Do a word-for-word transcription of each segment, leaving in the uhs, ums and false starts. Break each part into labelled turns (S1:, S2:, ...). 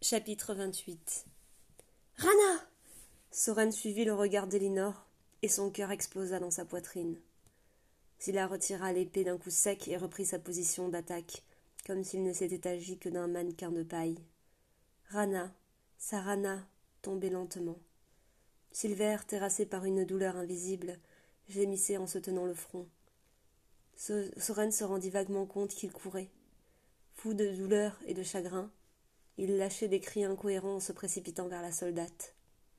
S1: Chapitre vingt-huit. Rana! Soren suivit le regard d'Elinor, et son cœur explosa dans sa poitrine. Zilla retira l'épée d'un coup sec et reprit sa position d'attaque, comme s'il ne s'était agi que d'un mannequin de paille. Rana, sa Rana, tombait lentement. Silver, terrassé par une douleur invisible, gémissait en se tenant le front. Soren se rendit vaguement compte qu'il courait. Fou de douleur et de chagrin, il lâchait des cris incohérents en se précipitant vers la soldate.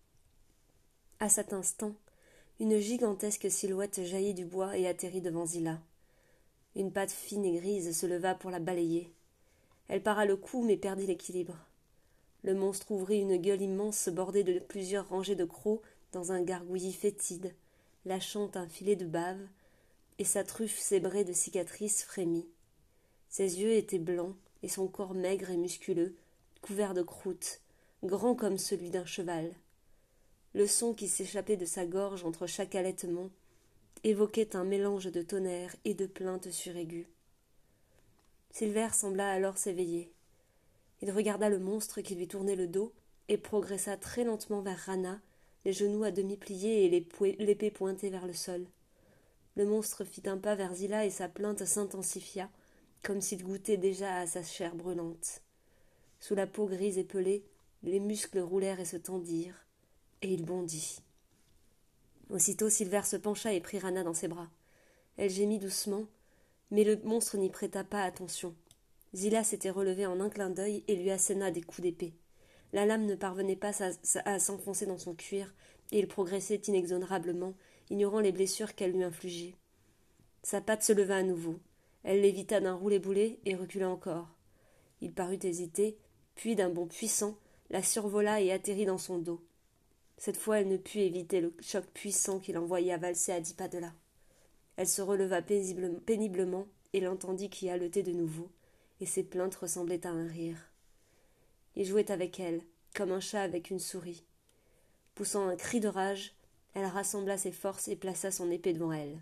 S1: À cet instant, une gigantesque silhouette jaillit du bois et atterrit devant Zilla. Une patte fine et grise se leva pour la balayer. Elle para le coup mais perdit l'équilibre. Le monstre ouvrit une gueule immense bordée de plusieurs rangées de crocs dans un gargouillis fétide, lâchant un filet de bave, et sa truffe zébrée de cicatrices frémit. Ses yeux étaient blancs et son corps maigre et musculeux, couvert de croûte, grand comme celui d'un cheval. Le son qui s'échappait de sa gorge entre chaque halètement évoquait un mélange de tonnerre et de plaintes suraiguës. Silver sembla alors s'éveiller. Il regarda le monstre qui lui tournait le dos et progressa très lentement vers Rana, les genoux à demi pliés et l'épée pointée vers le sol. Le monstre fit un pas vers Zilla et sa plainte s'intensifia, comme s'il goûtait déjà à sa chair brûlante. Sous la peau grise et pelée, les muscles roulèrent et se tendirent, et il bondit. Aussitôt, Silver se pencha et prit Rana dans ses bras. Elle gémit doucement, mais le monstre n'y prêta pas attention. Zilla s'était relevée en un clin d'œil et lui asséna des coups d'épée. La lame ne parvenait pas à s'enfoncer dans son cuir, et il progressait inexorablement, ignorant les blessures qu'elle lui infligeait. Sa patte se leva à nouveau. Elle l'évita d'un roulé-boulé et recula encore. Il parut hésiter, puis d'un bond puissant, la survola et atterrit dans son dos. Cette fois, elle ne put éviter le choc puissant qui l'envoya valser à dix pas de là. Elle se releva péniblement et l'entendit qui haletait de nouveau, et ses plaintes ressemblaient à un rire. Il jouait avec elle, comme un chat avec une souris. Poussant un cri de rage, elle rassembla ses forces et plaça son épée devant elle.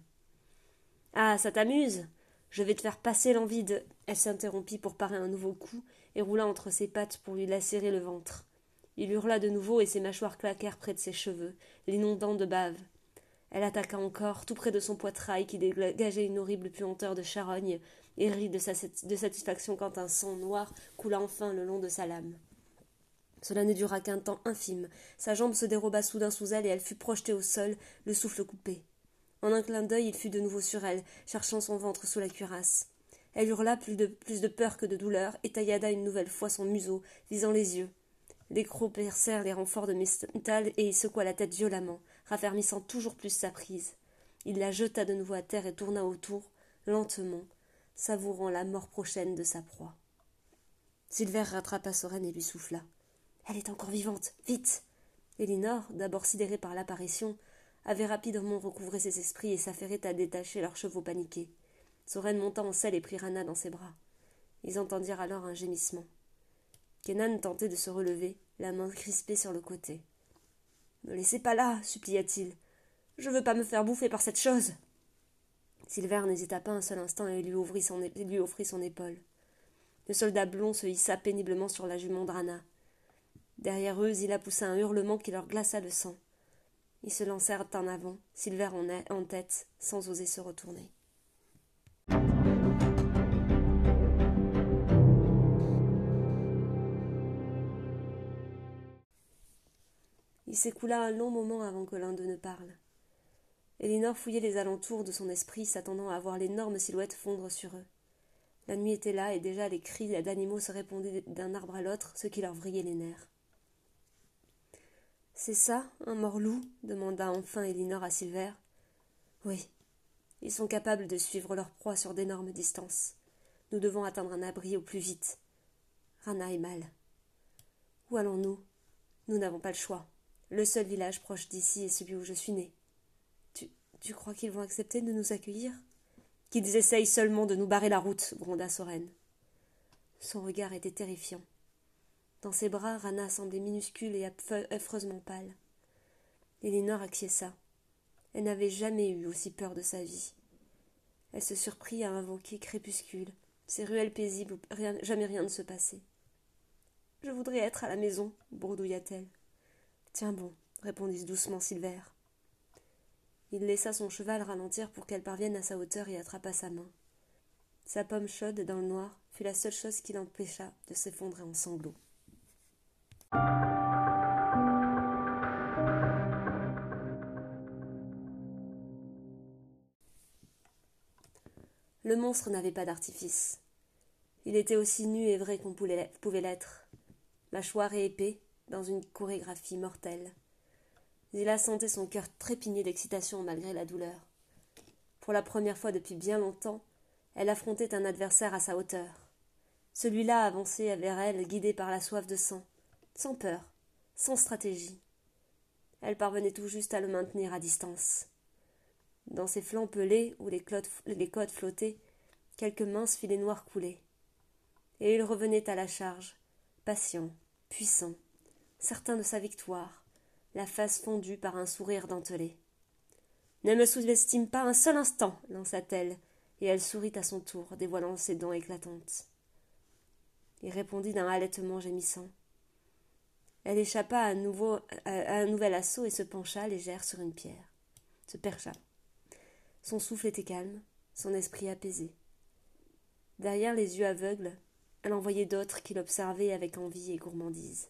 S1: « Ah, ça t'amuse ? Je vais te faire passer l'envie de… » Elle s'interrompit pour parer un nouveau coup et roula entre ses pattes pour lui lacérer le ventre. Il hurla de nouveau et ses mâchoires claquèrent près de ses cheveux, l'inondant de bave. Elle attaqua encore, tout près de son poitrail qui dégageait une horrible puanteur de charogne, et rit de, sa, de satisfaction quand un sang noir coula enfin le long de sa lame. Cela ne dura qu'un temps infime. Sa jambe se déroba soudain sous elle et elle fut projetée au sol, le souffle coupé. En un clin d'œil, il fut de nouveau sur elle, cherchant son ventre sous la cuirasse. Elle hurla plus de, plus de peur que de douleur et taillada une nouvelle fois son museau, visant les yeux. Les crocs percèrent les renforts de métal et il secoua la tête violemment, raffermissant toujours plus sa prise. Il la jeta de nouveau à terre et tourna autour, lentement, savourant la mort prochaine de sa proie. Silver rattrapa Soren et lui souffla. « Elle est encore vivante, vite !» Elinor, d'abord sidérée par l'apparition, avait rapidement recouvré ses esprits et s'affairait à détacher leurs chevaux paniqués. Soren monta en selle et prit Rana dans ses bras. Ils entendirent alors un gémissement. Kenan tentait de se relever, la main crispée sur le côté. « Ne laissez pas là, supplia-t-il. Je veux pas me faire bouffer par cette chose. » Silver n'hésita pas un seul instant et lui, ouvrit son, lui offrit son épaule. Le soldat blond se hissa péniblement sur la jument de Rana. Derrière eux, Zilla poussa un hurlement qui leur glaça le sang. Ils se lancèrent en avant, Silver en, en tête, sans oser se retourner. Il s'écoula un long moment avant que l'un d'eux ne parle. Elinor fouillait les alentours de son esprit, s'attendant à voir l'énorme silhouette fondre sur eux. La nuit était là, et déjà les cris d'animaux se répondaient d'un arbre à l'autre, ce qui leur vrillait les nerfs. « C'est ça, un mort-loup » demanda enfin Elinor à Silver. « Oui, ils sont capables de suivre leur proie sur d'énormes distances. Nous devons atteindre un abri au plus vite. Rana est mal. Où allons-nous ? Nous n'avons pas le choix. Le seul village proche d'ici est celui où je suis née. Tu, tu crois qu'ils vont accepter de nous accueillir ? Qu'ils essayent seulement de nous barrer la route, gronda Soren. Son regard était terrifiant. Dans ses bras, Rana semblait minuscule et affreusement pâle. Elinor acquiesça. Elle n'avait jamais eu aussi peur de sa vie. Elle se surprit à invoquer Crépuscule, ces ruelles paisibles où rien, jamais rien ne se passait. Je voudrais être à la maison, bourdouilla-t-elle. Tiens bon, répondit doucement Silver. Il laissa son cheval ralentir pour qu'elle parvienne à sa hauteur et attrapa sa main. Sa pomme chaude dans le noir fut la seule chose qui l'empêcha de s'effondrer en sanglots. Le monstre n'avait pas d'artifice. Il était aussi nu et vrai qu'on pouvait l'être, mâchoire et épée, dans une chorégraphie mortelle. Zilla sentait son cœur trépigner d'excitation malgré la douleur. Pour la première fois depuis bien longtemps, elle affrontait un adversaire à sa hauteur. Celui-là avançait vers elle, guidé par la soif de sang, sans peur, sans stratégie. Elle parvenait tout juste à le maintenir à distance. Dans ses flancs pelés, où les, clodes, les côtes flottaient, quelques minces filets noirs coulaient. Et il revenait à la charge, patient, puissant, certain de sa victoire, la face fondue par un sourire dentelé. « Ne me sous-estime pas un seul instant !» lança-t-elle, et elle sourit à son tour, dévoilant ses dents éclatantes. Il répondit d'un halètement gémissant. Elle échappa à, nouveau, à, à un nouvel assaut et se pencha, légère, sur une pierre. Se percha. Son souffle était calme, son esprit apaisé. Derrière les yeux aveugles, elle en voyait d'autres qui l'observaient avec envie et gourmandise.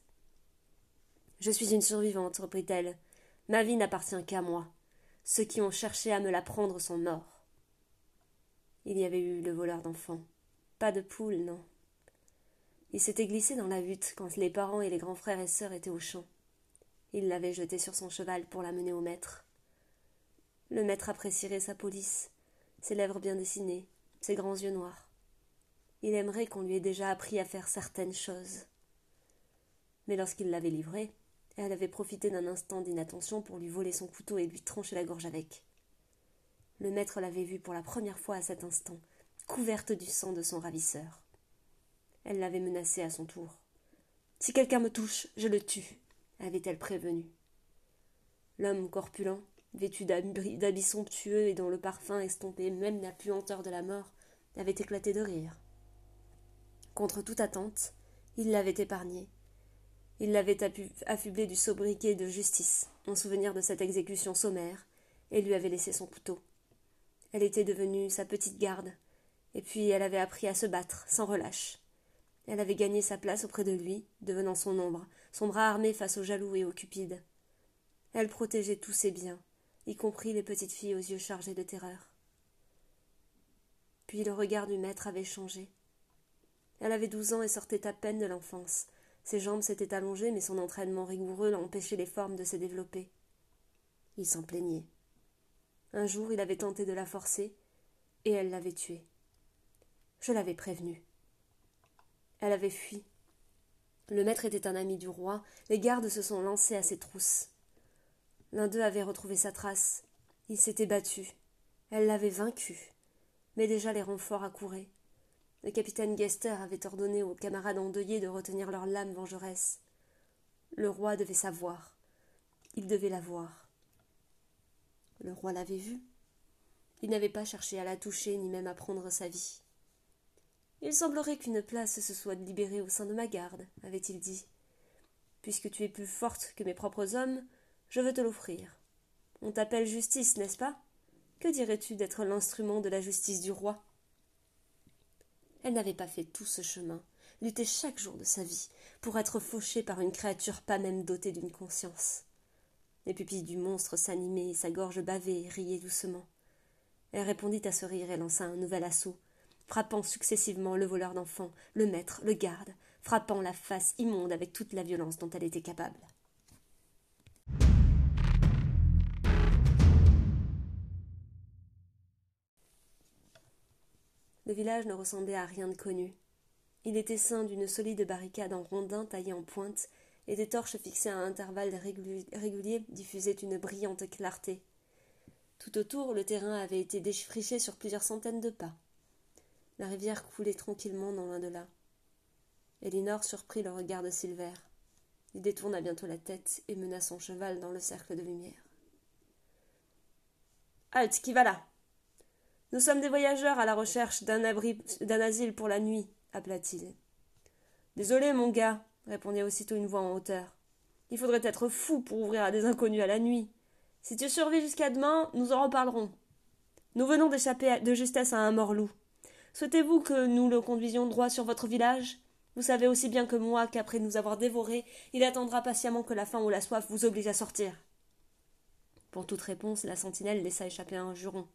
S1: « Je suis une survivante, reprit-elle. Ma vie n'appartient qu'à moi. Ceux qui ont cherché à me la prendre sont morts. » Il y avait eu le voleur d'enfants. Pas de poule, non. Il s'était glissé dans la hutte quand les parents et les grands frères et sœurs étaient au champ. Il l'avait jeté sur son cheval pour l'amener au maître. Le maître apprécierait sa police, ses lèvres bien dessinées, ses grands yeux noirs. Il aimerait qu'on lui ait déjà appris à faire certaines choses. Mais lorsqu'il l'avait livrée, elle avait profité d'un instant d'inattention pour lui voler son couteau et lui trancher la gorge avec. Le maître l'avait vue pour la première fois à cet instant, couverte du sang de son ravisseur. Elle l'avait menacé à son tour. « Si quelqu'un me touche, je le tue », avait-elle prévenu. L'homme corpulent, vêtu d'habits somptueux et dont le parfum estompait même la puanteur de la mort, avait éclaté de rire. Contre toute attente, il l'avait épargnée. Il l'avait affublée du sobriquet de justice, en souvenir de cette exécution sommaire, et lui avait laissé son couteau. Elle était devenue sa petite garde, et puis elle avait appris à se battre, sans relâche. Elle avait gagné sa place auprès de lui, devenant son ombre, son bras armé face aux jaloux et aux cupides. Elle protégeait tous ses biens, y compris les petites filles aux yeux chargés de terreur. Puis le regard du maître avait changé. Elle avait douze ans et sortait à peine de l'enfance. Ses jambes s'étaient allongées, mais son entraînement rigoureux empêchait les formes de se développer. Il s'en plaignait. Un jour, il avait tenté de la forcer, et elle l'avait tuée. Je l'avais prévenue. Elle avait fui. Le maître était un ami du roi, les gardes se sont lancés à ses trousses. L'un d'eux avait retrouvé sa trace. Il s'était battu. Elle l'avait vaincu. Mais déjà les renforts accouraient. Le capitaine Gester avait ordonné aux camarades endeuillés de retenir leur lame vengeresse. Le roi devait savoir. Il devait la voir. Le roi l'avait vue. Il n'avait pas cherché à la toucher, ni même à prendre sa vie. « Il semblerait qu'une place se soit libérée au sein de ma garde, » avait-il dit. « Puisque tu es plus forte que mes propres hommes, je veux te l'offrir. On t'appelle justice, n'est-ce pas? Que dirais-tu d'être l'instrument de la justice du roi ?» Elle n'avait pas fait tout ce chemin, lutté chaque jour de sa vie, pour être fauchée par une créature pas même dotée d'une conscience. Les pupilles du monstre s'animaient, sa gorge bavait et riait doucement. Elle répondit à ce rire et lança un nouvel assaut, frappant successivement le voleur d'enfants, le maître, le garde, frappant la face immonde avec toute la violence dont elle était capable. Le village ne ressemblait à rien de connu. Il était ceint d'une solide barricade en rondin taillée en pointe, et des torches fixées à intervalles réguliers diffusaient une brillante clarté. Tout autour, le terrain avait été défriché sur plusieurs centaines de pas. La rivière coulait tranquillement non loin de là. Elinor surprit le regard de Silver. Il détourna bientôt la tête et mena son cheval dans le cercle de lumière. « Halte, qui va là ? Nous sommes des voyageurs à la recherche d'un abri, d'un asile pour la nuit, » appela-t-il. « Désolé, mon gars, répondit aussitôt une voix en hauteur. Il faudrait être fou pour ouvrir à des inconnus à la nuit. Si tu survis jusqu'à demain, nous en reparlerons. Nous venons d'échapper de justesse à un mort-loup. Souhaitez-vous que nous le conduisions droit sur votre village? Vous savez aussi bien que moi qu'après nous avoir dévorés, il attendra patiemment que la faim ou la soif vous oblige à sortir. Pour toute réponse, la sentinelle laissa échapper un juron.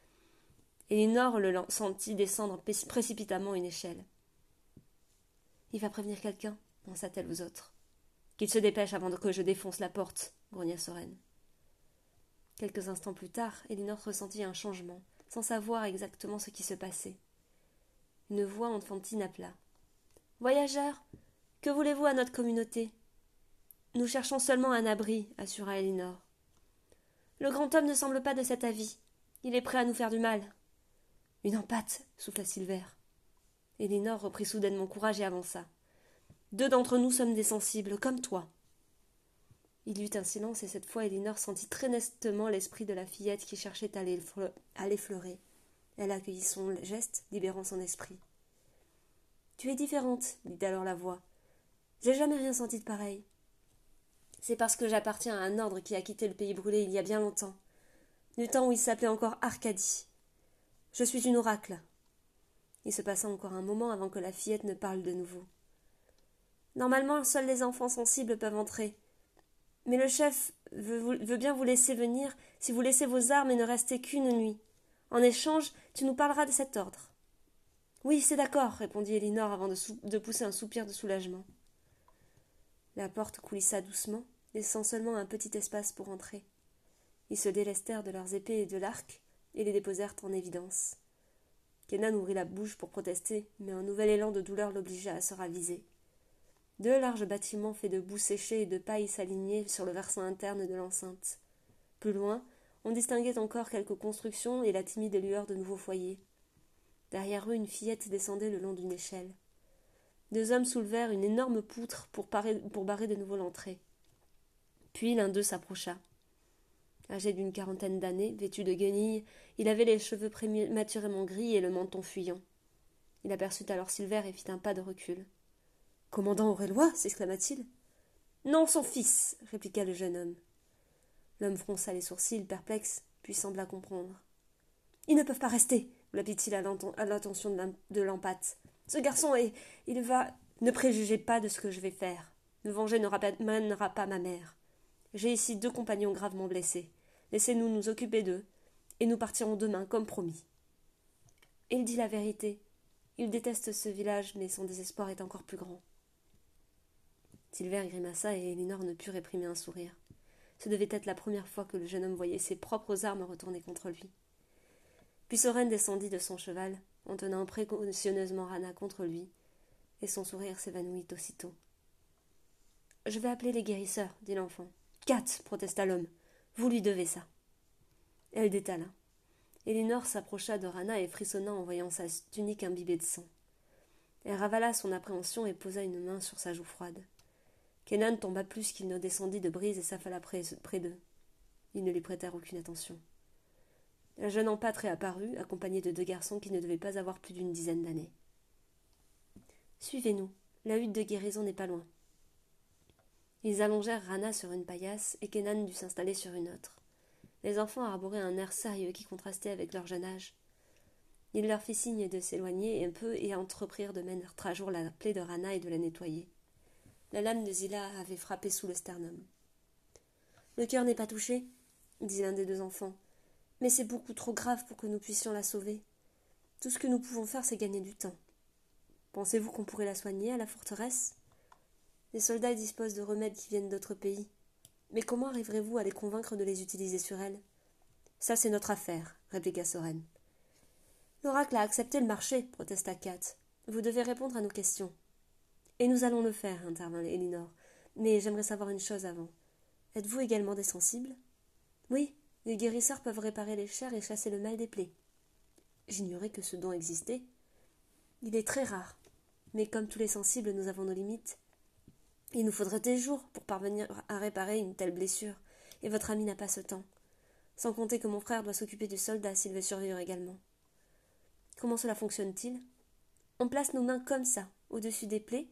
S1: Elinor le sentit descendre précipitamment une échelle. « Il va prévenir quelqu'un, pensa-t-elle aux autres. Qu'il se dépêche avant que je défonce la porte, grogna Soren. Quelques instants plus tard, Elinor ressentit un changement, sans savoir exactement ce qui se passait. Une voix enfantine appela. « Voyageurs, que voulez-vous à notre communauté ?»« Nous cherchons seulement un abri, assura Elinor. Le grand homme ne semble pas de cet avis. Il est prêt à nous faire du mal. Une empâte, souffla Silver. Elinor reprit soudainement courage et avança. Deux d'entre nous sommes des sensibles, comme toi. Il y eut un silence et cette fois Elinor sentit très nettement l'esprit de la fillette qui cherchait à l'effleurer. Elle accueillit son geste, libérant son esprit. Tu es différente, dit alors la voix. J'ai jamais rien senti de pareil. C'est parce que j'appartiens à un ordre qui a quitté le pays brûlé il y a bien longtemps, du temps où il s'appelait encore Arcadie. Je suis une oracle. Il se passa encore un moment avant que la fillette ne parle de nouveau. Normalement, seuls les enfants sensibles peuvent entrer. Mais le chef veut, veut bien vous laisser venir si vous laissez vos armes et ne restez qu'une nuit. En échange, tu nous parleras de cet ordre. Oui, c'est d'accord, répondit Elinor avant de, sou- de pousser un soupir de soulagement. La porte coulissa doucement, laissant seulement un petit espace pour entrer. Ils se délestèrent de leurs épées et de l'arc et les déposèrent en évidence. Kenan ouvrit la bouche pour protester, mais un nouvel élan de douleur l'obligea à se raviser. Deux larges bâtiments faits de boue séchée et de paille s'alignaient sur le versant interne de l'enceinte. Plus loin, on distinguait encore quelques constructions et la timide lueur de nouveaux foyers. Derrière eux, une fillette descendait le long d'une échelle. Deux hommes soulevèrent une énorme poutre pour, parer, pour barrer de nouveau l'entrée. Puis l'un d'eux s'approcha. Âgé d'une quarantaine d'années, vêtu de guenilles, il avait les cheveux prématurément gris et le menton fuyant. Il aperçut alors Silver et fit un pas de recul. « Commandant Aurelois » s'exclama-t-il. « Non, son fils » répliqua le jeune homme. L'homme fronça les sourcils, perplexe, puis sembla comprendre. « Ils ne peuvent pas rester » glapit-il à l'attention de l'empâte. « Ce garçon est... il va... Ne préjugez pas de ce que je vais faire. Me venger ne ramènera pas ma mère. J'ai ici deux compagnons gravement blessés. Laissez-nous nous occuper d'eux, et nous partirons demain, comme promis. » Il dit la vérité. Il déteste ce village, mais son désespoir est encore plus grand. Silver grimaça et Elinor ne put réprimer un sourire. Ce devait être la première fois que le jeune homme voyait ses propres armes retourner contre lui. Puis Soren descendit de son cheval, en tenant précautionneusement Rana contre lui, et son sourire s'évanouit aussitôt. « Je vais appeler les guérisseurs, dit l'enfant. « Kat, protesta l'homme, vous lui devez ça. » Elle détala. Elinor s'approcha de Rana et frissonna en voyant sa tunique imbibée de sang. Elle ravala son appréhension et posa une main sur sa joue froide. Kenan tomba plus qu'il ne descendit de brise et s'affala près, près d'eux. Ils ne lui prêtèrent aucune attention. La jeune empâte réapparut, accompagnée de deux garçons qui ne devaient pas avoir plus d'une dizaine d'années. « Suivez-nous, la hutte de guérison n'est pas loin. » Ils allongèrent Rana sur une paillasse et Kenan dut s'installer sur une autre. Les enfants arboraient un air sérieux qui contrastait avec leur jeune âge. Il leur fit signe de s'éloigner un peu et entreprirent de mettre à jour la plaie de Rana et de la nettoyer. La lame de Zilla avait frappé sous le sternum. « Le cœur n'est pas touché, » dit l'un des deux enfants, « mais c'est beaucoup trop grave pour que nous puissions la sauver. Tout ce que nous pouvons faire, c'est gagner du temps. Pensez-vous qu'on pourrait la soigner à la forteresse ? Les soldats disposent de remèdes qui viennent d'autres pays. Mais comment arriverez-vous à les convaincre de les utiliser sur elle ? Ça, c'est notre affaire, répliqua Soren. L'oracle a accepté le marché, protesta Kat. Vous devez répondre à nos questions. Et nous allons le faire, intervint Elinor. Mais j'aimerais savoir une chose avant. Êtes-vous également des sensibles ? Oui, les guérisseurs peuvent réparer les chairs et chasser le mal des plaies. J'ignorais que ce don existait. Il est très rare. Mais comme tous les sensibles, nous avons nos limites. Il nous faudrait des jours pour parvenir à réparer une telle blessure, et votre ami n'a pas ce temps. Sans compter que mon frère doit s'occuper du soldat s'il veut survivre également. Comment cela fonctionne-t-il ? On place nos mains comme ça, au-dessus des plaies,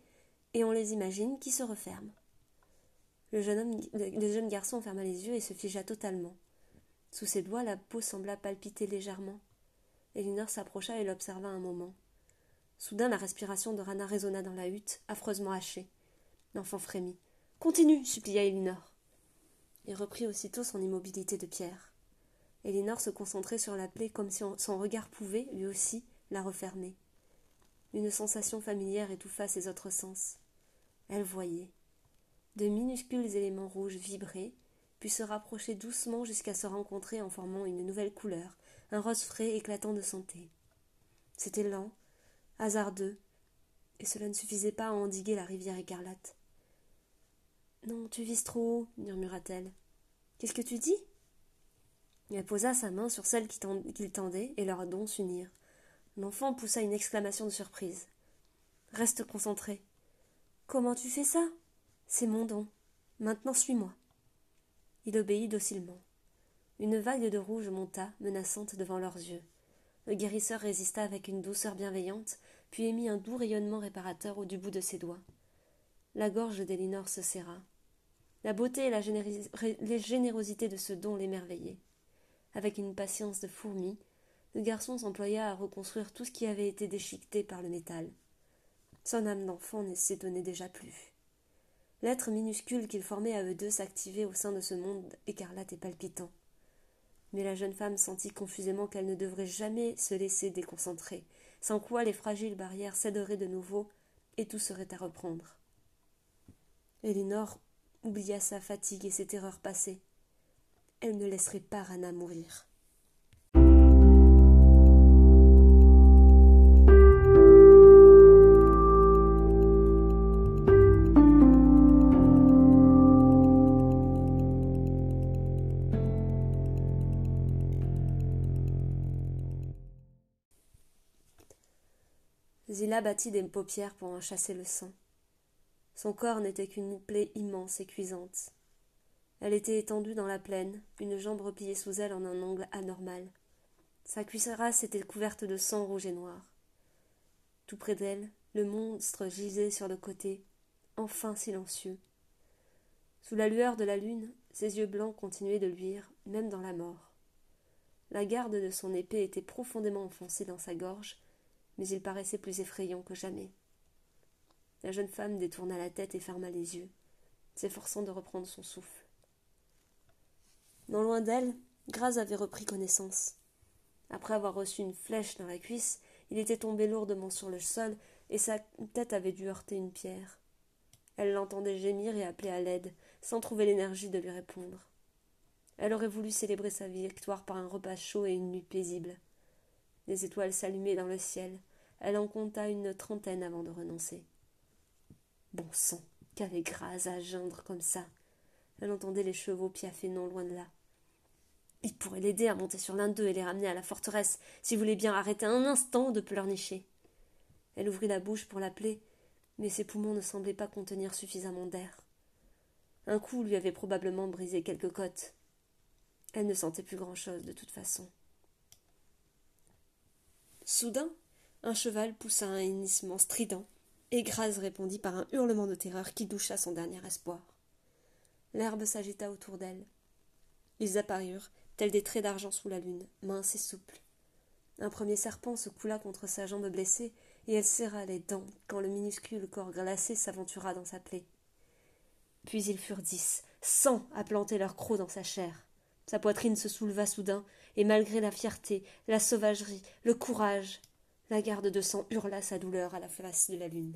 S1: et on les imagine qui se referment. Le jeune, homme, le jeune garçon ferma les yeux et se figea totalement. Sous ses doigts, la peau sembla palpiter légèrement. Elinor s'approcha et l'observa un moment. Soudain, la respiration de Rana résonna dans la hutte, affreusement hachée. L'enfant frémit. « Continue !» supplia Elinor. Il reprit aussitôt son immobilité de pierre. Elinor se concentrait sur la plaie comme si son regard pouvait, lui aussi, la refermer. Une sensation familière étouffa ses autres sens. Elle voyait. De minuscules éléments rouges vibraient, puis se rapprochaient doucement jusqu'à se rencontrer en formant une nouvelle couleur, un rose frais éclatant de santé. C'était lent, hasardeux, et cela ne suffisait pas à endiguer la rivière écarlate. « Non, tu vises trop haut, » murmura-t-elle. « Qu'est-ce que tu dis ?» Elle posa sa main sur celle qu'il tendait, et leurs dons s'unirent. L'enfant poussa une exclamation de surprise. « Reste concentré. »« Comment tu fais ça ? C'est mon don. Maintenant suis-moi. » Il obéit docilement. Une vague de rouge monta, menaçante devant leurs yeux. Le guérisseur résista avec une douceur bienveillante, puis émit un doux rayonnement réparateur au du bout de ses doigts. La gorge d'Elinor se serra. La beauté et la généris- les générosité de ce don l'émerveillaient. Avec une patience de fourmi, le garçon s'employa à reconstruire tout ce qui avait été déchiqueté par le métal. Son âme d'enfant ne s'étonnait déjà plus. L'être minuscule qu'ils formaient à eux deux s'activait au sein de ce monde écarlate et palpitant. Mais la jeune femme sentit confusément qu'elle ne devrait jamais se laisser déconcentrer, sans quoi les fragiles barrières céderaient de nouveau et tout serait à reprendre. Elinor oublia sa fatigue et ses terreurs passées. Elle ne laisserait pas Rana mourir. Zilla battit des paupières pour en chasser le sang. Son corps n'était qu'une plaie immense et cuisante. Elle était étendue dans la plaine, une jambe repliée sous elle en un angle anormal. Sa cuirasse était couverte de sang rouge et noir. Tout près d'elle, le monstre gisait sur le côté, enfin silencieux. Sous la lueur de la lune, ses yeux blancs continuaient de luire, même dans la mort. La garde de son épée était profondément enfoncée dans sa gorge, mais il paraissait plus effrayant que jamais. La jeune femme détourna la tête et ferma les yeux, s'efforçant de reprendre son souffle. Non loin d'elle, Graz avait repris connaissance. Après avoir reçu une flèche dans la cuisse, il était tombé lourdement sur le sol et sa tête avait dû heurter une pierre. Elle l'entendait gémir et appeler à l'aide, sans trouver l'énergie de lui répondre. Elle aurait voulu célébrer sa victoire par un repas chaud et une nuit paisible. Les étoiles s'allumaient dans le ciel. Elle en compta une trentaine avant de renoncer. Bon sang, qu'avait Graz à geindre comme ça. Elle entendait les chevaux piaffer non loin de là. Il pourrait l'aider à monter sur l'un d'eux et les ramener à la forteresse, s'il voulait bien arrêter un instant de pleurnicher. Elle ouvrit la bouche pour l'appeler, mais ses poumons ne semblaient pas contenir suffisamment d'air. Un coup lui avait probablement brisé quelques côtes. Elle ne sentait plus grand-chose de toute façon. Soudain, un cheval poussa un hennissement strident, et Graz répondit par un hurlement de terreur qui doucha son dernier espoir. L'herbe s'agita autour d'elle. Ils apparurent, tels des traits d'argent sous la lune, minces et souples. Un premier serpent se coula contre sa jambe blessée, et elle serra les dents quand le minuscule corps glacé s'aventura dans sa plaie. Puis ils furent dix, cent à planter leurs crocs dans sa chair. Sa poitrine se souleva soudain, et malgré la fierté, la sauvagerie, le courage, la garde de sang hurla sa douleur à la face de la lune.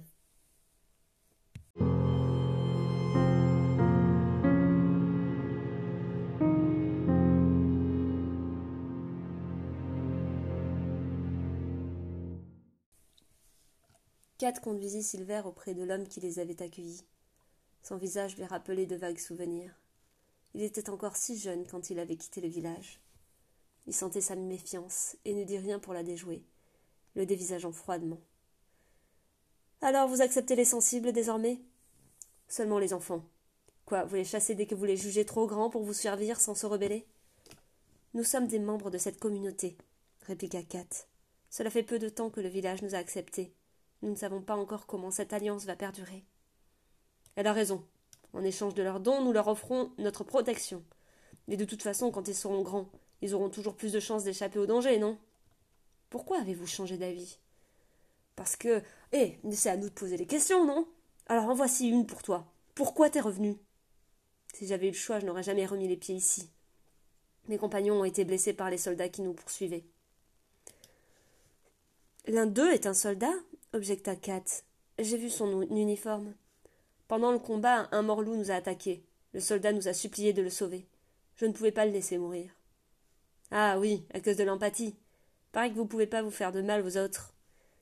S1: Kat conduisit Silver auprès de l'homme qui les avait accueillis. Son visage lui rappelait de vagues souvenirs. Il était encore si jeune quand il avait quitté le village. Il sentait sa méfiance et ne dit rien pour la déjouer, le dévisageant froidement. « Alors vous acceptez les sensibles désormais ?»« Seulement les enfants. Quoi, vous les chassez dès que vous les jugez trop grands pour vous servir sans se rebeller ?»« Nous sommes des membres de cette communauté, » répliqua Kat. « Cela fait peu de temps que le village nous a acceptés. Nous ne savons pas encore comment cette alliance va perdurer. Elle a raison. En échange de leurs dons, nous leur offrons notre protection. Et de toute façon, quand ils seront grands, ils auront toujours plus de chances d'échapper au danger, non? Pourquoi avez-vous changé d'avis? Parce que... Eh, c'est à nous de poser les questions, non? Alors en voici une pour toi. Pourquoi t'es revenu? Si j'avais eu le choix, je n'aurais jamais remis les pieds ici. Mes compagnons ont été blessés par les soldats qui nous poursuivaient. L'un d'eux est un soldat, objecta Kat. J'ai vu son uniforme. Pendant le combat, un morlou nous a attaqués. Le soldat nous a supplié de le sauver. Je ne pouvais pas le laisser mourir. Ah oui, à cause de l'empathie. Paraît que vous ne pouvez pas vous faire de mal aux autres.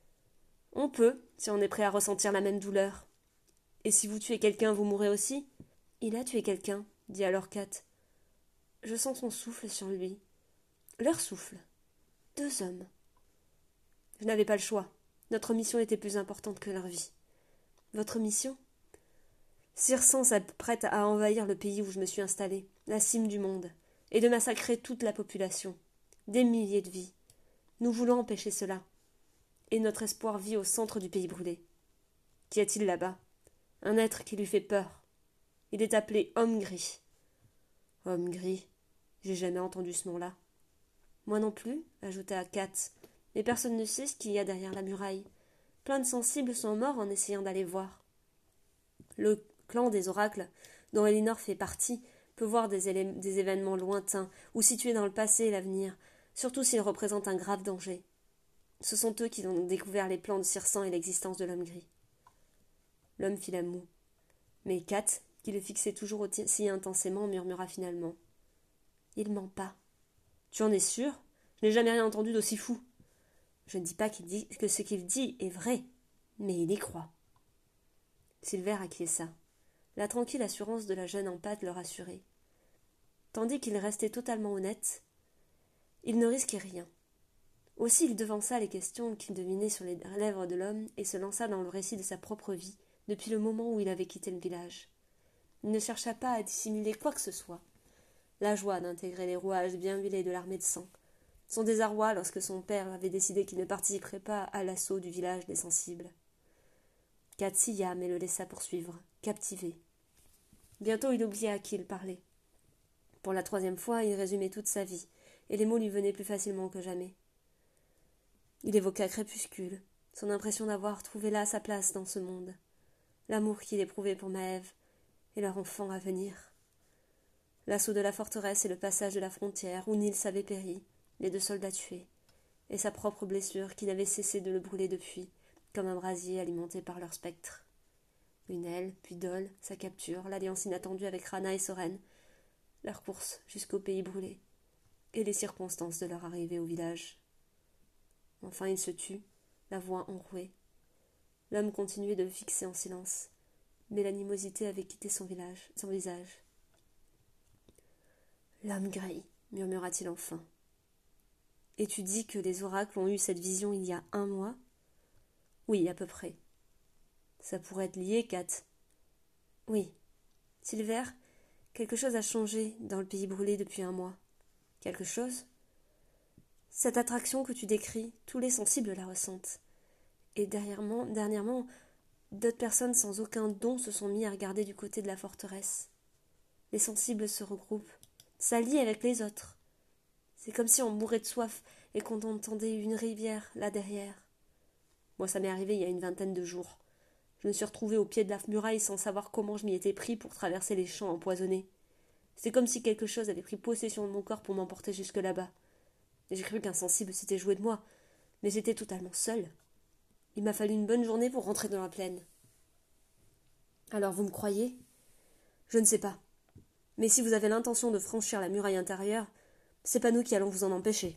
S1: On peut, si on est prêt à ressentir la même douleur. Et si vous tuez quelqu'un, vous mourrez aussi? Il a tué quelqu'un, dit alors Kat. Je sens son souffle sur lui. Leur souffle. Deux hommes. Je n'avais pas le choix. Notre mission était plus importante que leur vie. Votre mission? Circen s'apprête à envahir le pays où je me suis installée, la cime du monde, et de massacrer toute la population. Des milliers de vies. Nous voulons empêcher cela. Et notre espoir vit au centre du pays brûlé. Qu'y a-t-il là-bas? Un être qui lui fait peur. Il est appelé Homme Gris. Homme Gris? J'ai jamais entendu ce nom-là. Moi non plus, ajouta Kat. Mais personne ne sait ce qu'il y a derrière la muraille. Plein de sensibles sont morts en essayant d'aller voir. Le clan des oracles, dont Elinor fait partie, peut voir des, élé- des événements lointains ou situés dans le passé et l'avenir, surtout s'ils représentent un grave danger. Ce sont eux qui ont découvert les plans de Circen et l'existence de l'homme gris. L'homme fit la moue. Mais Kat, qui le fixait toujours si intensément, murmura finalement. Il ment pas. Tu en es sûr? Je n'ai jamais rien entendu d'aussi fou. Je ne dis pas qu'il dit que ce qu'il dit est vrai, mais il y croit. Silver acquiesça. La tranquille assurance de la jeune empâte le rassurait. Tandis qu'il restait totalement honnête, il ne risquait rien. Aussi il devança les questions qu'il devinait sur les lèvres de l'homme et se lança dans le récit de sa propre vie depuis le moment où il avait quitté le village. Il ne chercha pas à dissimuler quoi que ce soit. La joie d'intégrer les rouages bien huilés de l'armée de sang, son désarroi lorsque son père avait décidé qu'il ne participerait pas à l'assaut du village des sensibles. Kat sia mais le laissa poursuivre, captivé. Bientôt il oublia à qui il parlait. Pour la troisième fois, il résumait toute sa vie, et les mots lui venaient plus facilement que jamais. Il évoqua Crépuscule, son impression d'avoir trouvé là sa place dans ce monde, l'amour qu'il éprouvait pour Maëve, et leur enfant à venir. L'assaut de la forteresse et le passage de la frontière, où Nils avait péri, les deux soldats tués, et sa propre blessure qui n'avait cessé de le brûler depuis, comme un brasier alimenté par leur spectre. Une aile, puis Dol, sa capture, l'alliance inattendue avec Rana et Soren, leur course jusqu'au pays brûlé, et les circonstances de leur arrivée au village. Enfin il se tut, la voix enrouée. L'homme continuait de le fixer en silence, mais l'animosité avait quitté son, village, son visage. « L'homme gris, murmura-t-il enfin. Et tu dis que les oracles ont eu cette vision il y a un mois? Oui, à peu près. Ça pourrait être lié, Kat. Oui. Silver, quelque chose a changé dans le pays brûlé depuis un mois. Quelque chose? Cette attraction que tu décris, tous les sensibles la ressentent. Et dernièrement, dernièrement, d'autres personnes sans aucun don se sont mis à regarder du côté de la forteresse. Les sensibles se regroupent, s'allient avec les autres. C'est comme si on mourait de soif et qu'on entendait une rivière là derrière. Moi, ça m'est arrivé il y a une vingtaine de jours. Je me suis retrouvée au pied de la muraille sans savoir comment je m'y étais pris pour traverser les champs empoisonnés. C'est comme si quelque chose avait pris possession de mon corps pour m'emporter jusque là-bas. J'ai cru qu'un sensible s'était joué de moi, mais j'étais totalement seule. Il m'a fallu une bonne journée pour rentrer dans la plaine. Alors vous me croyez? Je ne sais pas. Mais si vous avez l'intention de franchir la muraille intérieure, c'est pas nous qui allons vous en empêcher.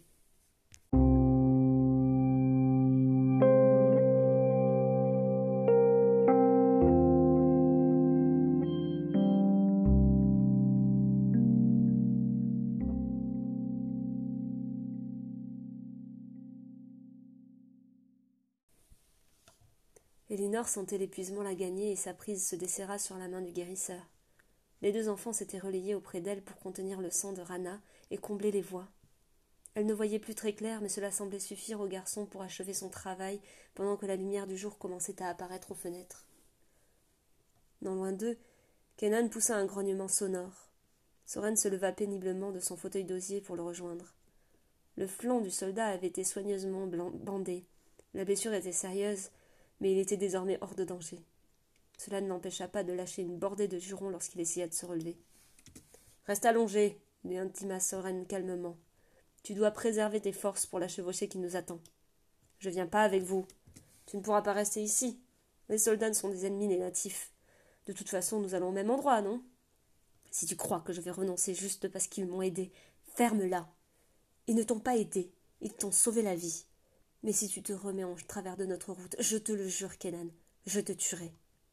S1: Elinor sentait l'épuisement la gagner et sa prise se desserra sur la main du guérisseur. Les deux enfants s'étaient relayés auprès d'elle pour contenir le sang de Rana et combler les voies. Elle ne voyait plus très clair, mais cela semblait suffire au garçon pour achever son travail pendant que la lumière du jour commençait à apparaître aux fenêtres. Non loin d'eux, Kenan poussa un grognement sonore. Soren se leva péniblement de son fauteuil d'osier pour le rejoindre. Le flanc du soldat avait été soigneusement bandé. La blessure était sérieuse, mais il était désormais hors de danger. Cela ne l'empêcha pas de lâcher une bordée de jurons lorsqu'il essaya de se relever. « Reste allongé !» lui intima Soren calmement. « Tu dois préserver tes forces pour la chevauchée qui nous attend. Je viens pas avec vous. Tu ne pourras pas rester ici. Les soldats sont des ennemis des natifs. De toute façon, nous allons au même endroit, non ? Si tu crois que je vais renoncer juste parce qu'ils m'ont aidé, ferme-la. Ils ne t'ont pas aidé, ils t'ont sauvé la vie. Mais si tu te remets en travers de notre route, je te le jure, Kenan, je te tuerai. »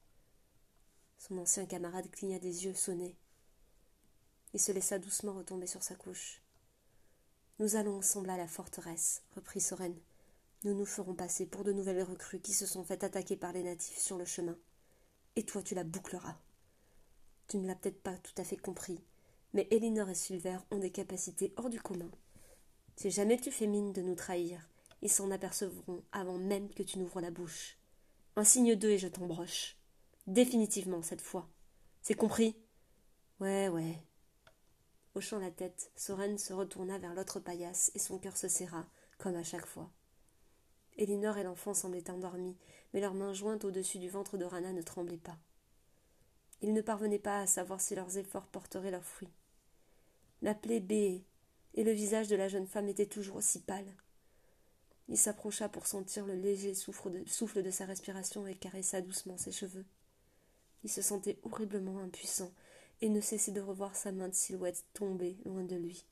S1: Son ancien camarade cligna des yeux sonnés. Il se laissa doucement retomber sur sa couche. « Nous allons ensemble à la forteresse, » reprit Soren. « Nous nous ferons passer pour de nouvelles recrues qui se sont fait attaquer par les natifs sur le chemin. Et toi, tu la boucleras. Tu ne l'as peut-être pas tout à fait compris, mais Elinor et Silver ont des capacités hors du commun. Si jamais tu fais mine de nous trahir, ils s'en apercevront avant même que tu n'ouvres la bouche. Un signe d'eux et je t'embroche. Définitivement, cette fois. C'est compris ? Ouais, ouais. » Hochant la tête, Soren se retourna vers l'autre paillasse et son cœur se serra, comme à chaque fois. Elinor et l'enfant semblaient endormis, mais leurs mains jointes au-dessus du ventre de Rana ne tremblaient pas. Ils ne parvenaient pas à savoir si leurs efforts porteraient leurs fruits. La plaie béait, et le visage de la jeune femme était toujours aussi pâle. Il s'approcha pour sentir le léger souffle de, souffle de sa respiration et caressa doucement ses cheveux. Il se sentait horriblement impuissant et ne cessait de revoir sa main de silhouette tomber loin de lui.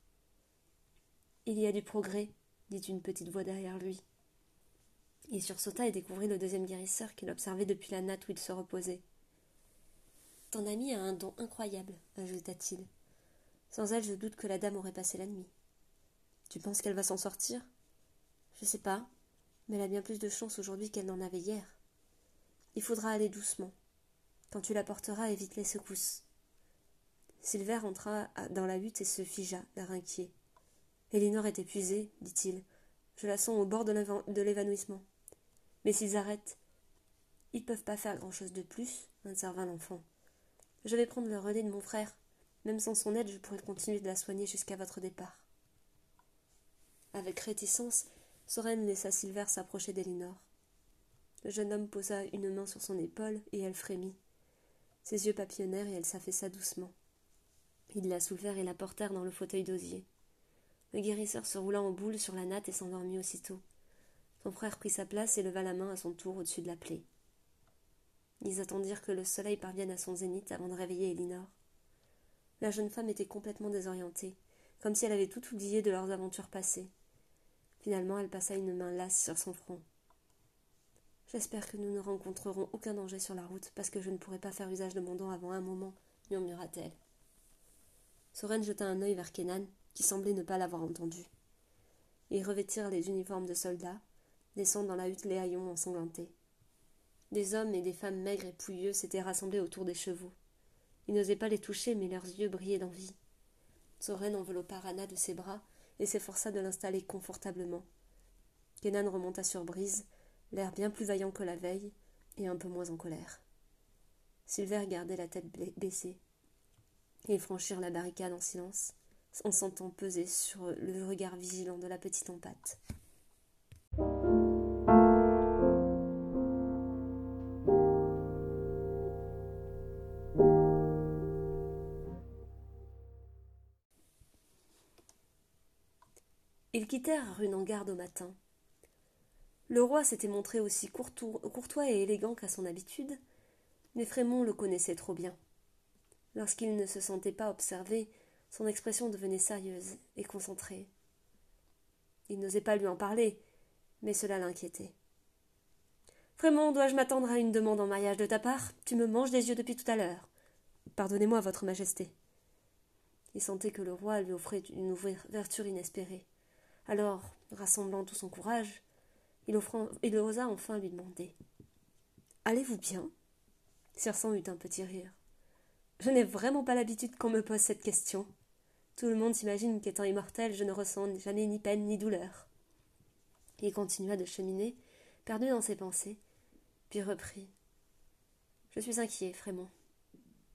S1: « Il y a du progrès, » dit une petite voix derrière lui. Il sursauta et découvrit le deuxième guérisseur qu'il observait depuis la natte où il se reposait. « Ton amie a un don incroyable, » ajouta-t-il. « Sans elle, je doute que la dame aurait passé la nuit. »« Tu penses qu'elle va s'en sortir ?»« Je sais pas, mais elle a bien plus de chance aujourd'hui qu'elle n'en avait hier. Il faudra aller doucement. Quand tu la porteras, évite les secousses. » Silver entra dans la hutte et se figea, l'air inquiet. « Elinor est épuisée, dit-il. Je la sens au bord de l'évanouissement. Mais s'ils arrêtent, ils peuvent pas faire grand-chose de plus, intervint l'enfant. Je vais prendre le relais de mon frère. Même sans son aide, je pourrais continuer de la soigner jusqu'à votre départ. » Avec réticence, Soren laissa Silver s'approcher d'Elinor. Le jeune homme posa une main sur son épaule et elle frémit. Ses yeux papillonnèrent et elle s'affaissa doucement. Ils la soulevèrent et la portèrent dans le fauteuil d'osier. Le guérisseur se roula en boule sur la natte et s'endormit aussitôt. Son frère prit sa place et leva la main à son tour au-dessus de la plaie. Ils attendirent que le soleil parvienne à son zénith avant de réveiller Elinor. La jeune femme était complètement désorientée, comme si elle avait tout oublié de leurs aventures passées. Finalement, elle passa une main lasse sur son front. « J'espère que nous ne rencontrerons aucun danger sur la route, parce que je ne pourrai pas faire usage de mon don avant un moment, » murmura-t-elle. Soren jeta un œil vers Kenan, qui semblait ne pas l'avoir entendu. Ils revêtirent les uniformes de soldats, laissant dans la hutte les haillons ensanglantés. Des hommes et des femmes maigres et pouilleux s'étaient rassemblés autour des chevaux. Ils n'osaient pas les toucher, mais leurs yeux brillaient d'envie. Soren enveloppa Rana de ses bras et s'efforça de l'installer confortablement. Kenan remonta sur Brise, l'air bien plus vaillant que la veille, et un peu moins en colère. Silver gardait la tête baissée. Ils franchirent la barricade en silence, en sentant peser sur le regard vigilant de la petite empâte. Ils quittèrent Runangarde au matin. Le roi s'était montré aussi courtois et élégant qu'à son habitude, mais Frémont le connaissait trop bien. Lorsqu'il ne se sentait pas observé, son expression devenait sérieuse et concentrée. Il n'osait pas lui en parler, mais cela l'inquiétait. « Frémont, dois-je m'attendre à une demande en mariage de ta part ? Tu me manges des yeux depuis tout à l'heure. Pardonnez-moi, votre majesté. » Il sentait que le roi lui offrait une ouverture inespérée. Alors, rassemblant tout son courage, il, offrant, il osa enfin lui demander. « Allez-vous bien ?» Circen eut un petit rire. « Je n'ai vraiment pas l'habitude qu'on me pose cette question. Tout le monde s'imagine qu'étant immortel, je ne ressens jamais ni peine ni douleur. » Il continua de cheminer, perdu dans ses pensées, puis reprit. « Je suis inquiet, Frémont.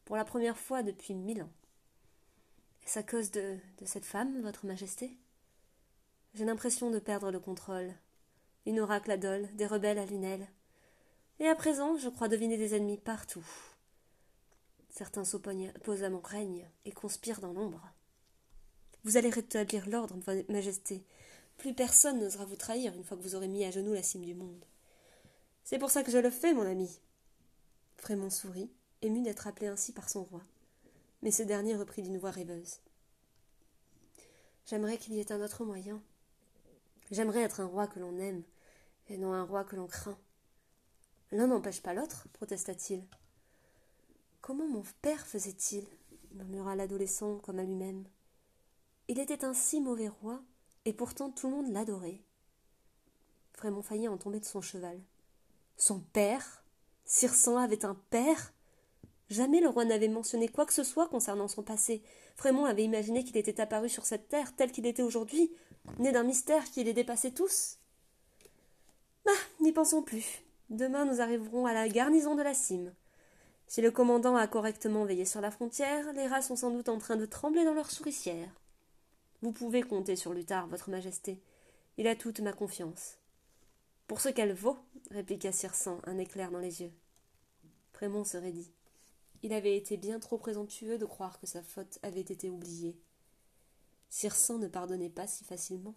S1: pour la première fois depuis mille ans. Est-ce à cause de, de cette femme, votre majesté? J'ai l'impression de perdre le contrôle. Une oracle à Dol, des rebelles à Lunel. Et à présent, je crois deviner des ennemis partout. Certains s'opposent à mon règne et conspirent dans l'ombre. Vous allez rétablir l'ordre, votre majesté. Plus personne n'osera vous trahir une fois que vous aurez mis à genoux la cime du monde. C'est pour ça que je le fais, mon ami. Frémont sourit, ému d'être appelé ainsi par son roi. Mais ce dernier reprit d'une voix rêveuse. J'aimerais qu'il y ait un autre moyen. J'aimerais être un roi que l'on aime, et non un roi que l'on craint. L'un n'empêche pas l'autre, protesta-t-il. Comment mon père faisait-il? Murmura l'adolescent comme à lui-même. Il était un si mauvais roi, et pourtant tout le monde l'adorait. Frémont faillit en tomber de son cheval. Son père? Sir-Sang avait un père? Jamais le roi n'avait mentionné quoi que ce soit concernant son passé. Frémont avait imaginé qu'il était apparu sur cette terre tel qu'il était aujourd'hui, né d'un mystère qui les dépassait tous. Bah, n'y pensons plus. Demain nous arriverons à la garnison de la cime. Si le commandant a correctement veillé sur la frontière, les rats sont sans doute en train de trembler dans leurs souricières. Vous pouvez compter sur Luthar, votre majesté. Il a toute ma confiance. Pour ce qu'elle vaut, répliqua Sir-Sang, un éclair dans les yeux. Frémont se raidit. Il avait été bien trop présomptueux de croire que sa faute avait été oubliée. Sir-Sang ne pardonnait pas si facilement.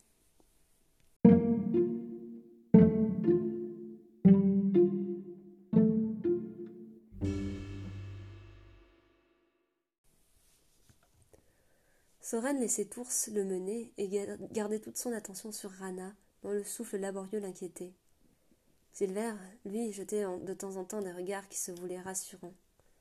S1: Soren laissait Tours le mener et gardait toute son attention sur Rana, dont le souffle laborieux l'inquiétait. Silver, lui, jetait de temps en temps des regards qui se voulaient rassurants.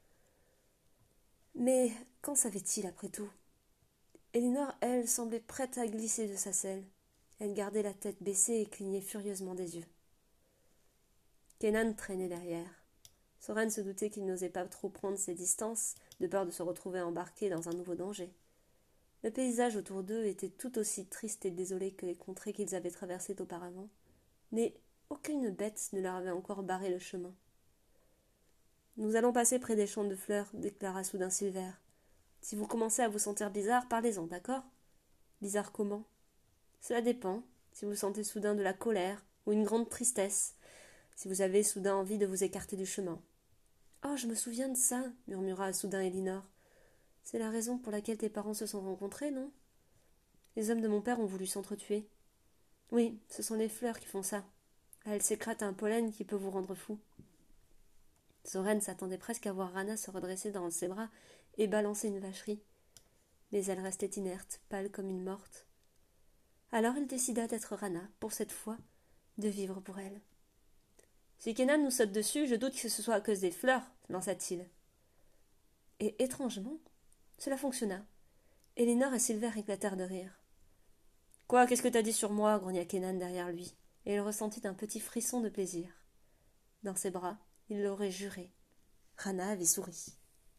S1: Mais qu'en savait-il après tout? Elinor, elle, semblait prête à glisser de sa selle. Elle gardait la tête baissée et clignait furieusement des yeux. Kenan traînait derrière. Soren se doutait qu'il n'osait pas trop prendre ses distances, de peur de se retrouver embarqué dans un nouveau danger. Le paysage autour d'eux était tout aussi triste et désolé que les contrées qu'ils avaient traversées auparavant, mais aucune bête ne leur avait encore barré le chemin. « Nous allons passer près des champs de fleurs, déclara soudain Silver. Si vous commencez à vous sentir bizarre, parlez-en, d'accord? Bizarre comment? Cela dépend. Si vous sentez soudain de la colère ou une grande tristesse, si vous avez soudain envie de vous écarter du chemin. Oh, je me souviens de ça, murmura soudain Elinor. C'est la raison pour laquelle tes parents se sont rencontrés, non? Les hommes de mon père ont voulu s'entretuer. Oui, ce sont les fleurs qui font ça. Elles sécrètent un pollen qui peut vous rendre fou. Soren s'attendait presque à voir Rana se redresser dans ses bras et balancer une vacherie. Mais elle restait inerte, pâle comme une morte. Alors il décida d'être Rana, pour cette fois, de vivre pour elle. Si Kenan nous saute dessus, je doute que ce soit à cause des fleurs, lança-t-il. Et étrangement, cela fonctionna. Elinor et Silver éclatèrent de rire. Quoi, qu'est-ce que t'as dit sur moi? grogna Kenan derrière lui, et il ressentit un petit frisson de plaisir. Dans ses bras, il l'aurait juré. Rana avait souri.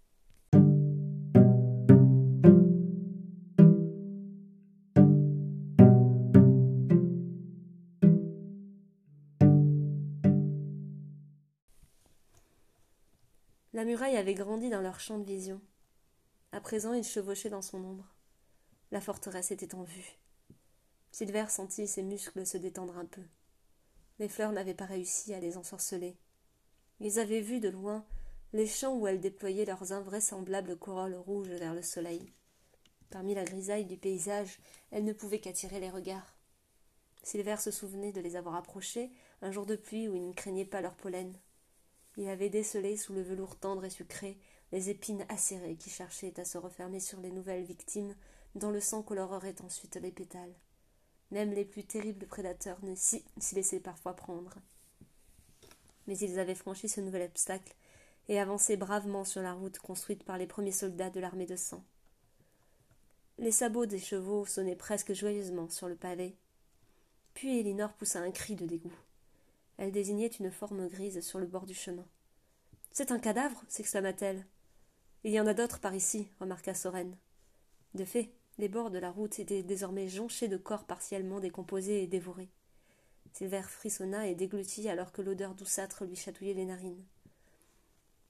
S1: La muraille avait grandi dans leur champ de vision. À présent, ils chevauchaient dans son ombre. La forteresse était en vue. Silver sentit ses muscles se détendre un peu. Les fleurs n'avaient pas réussi à les ensorceler. Ils avaient vu de loin les champs où elles déployaient leurs invraisemblables corolles rouges vers le soleil. Parmi la grisaille du paysage, elles ne pouvaient qu'attirer les regards. Silver se souvenait de les avoir approchées un jour de pluie où il ne craignait pas leur pollen. Il avait décelé sous le velours tendre et sucré les épines acérées qui cherchaient à se refermer sur les nouvelles victimes dont le sang colorerait ensuite les pétales. Même les plus terribles prédateurs ne s'y, s'y laissaient parfois prendre. Mais ils avaient franchi ce nouvel obstacle et avancé bravement sur la route construite par les premiers soldats de l'armée de sang. Les sabots des chevaux sonnaient presque joyeusement sur le pavé. Puis Elinor poussa un cri de dégoût. Elle désignait une forme grise sur le bord du chemin. « C'est un cadavre » s'exclama-t-elle. « Il y en a d'autres par ici » remarqua Soren. De fait, les bords de la route étaient désormais jonchés de corps partiellement décomposés et dévorés. Silver frissonna et déglutit alors que l'odeur douceâtre lui chatouillait les narines.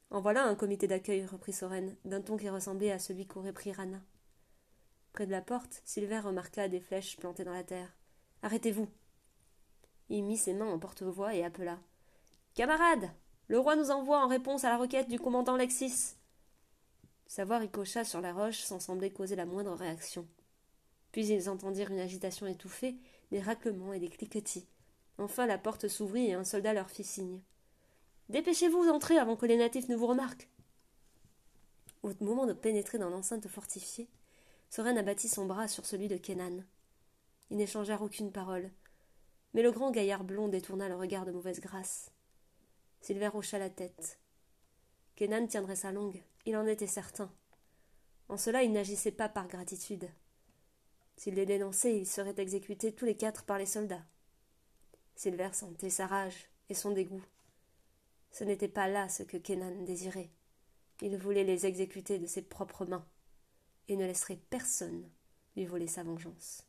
S1: En voilà un comité d'accueil, reprit Soren, d'un ton qui ressemblait à celui qu'aurait pris Rana. Près de la porte, Silver remarqua des flèches plantées dans la terre. « Arrêtez-vous » Il mit ses mains en porte-voix et appela. « Camarades, le roi nous envoie en réponse à la requête du commandant Lexis. » Sa voix ricocha sur la roche sans sembler causer la moindre réaction. Puis ils entendirent une agitation étouffée, des raclements et des cliquetis. Enfin la porte s'ouvrit et un soldat leur fit signe. « Dépêchez-vous d'entrer avant que les natifs ne vous remarquent. » Au moment de pénétrer dans l'enceinte fortifiée, Soren abattit son bras sur celui de Kenan. Ils n'échangèrent aucune parole, mais le grand gaillard blond détourna le regard de mauvaise grâce. Silver hocha la tête. Kenan tiendrait sa langue, il en était certain. En cela, il n'agissait pas par gratitude. S'il les dénonçait, ils seraient exécutés tous les quatre par les soldats. Silver sentait sa rage et son dégoût. Ce n'était pas là ce que Kenan désirait. Il voulait les exécuter de ses propres mains et ne laisserait personne lui voler sa vengeance.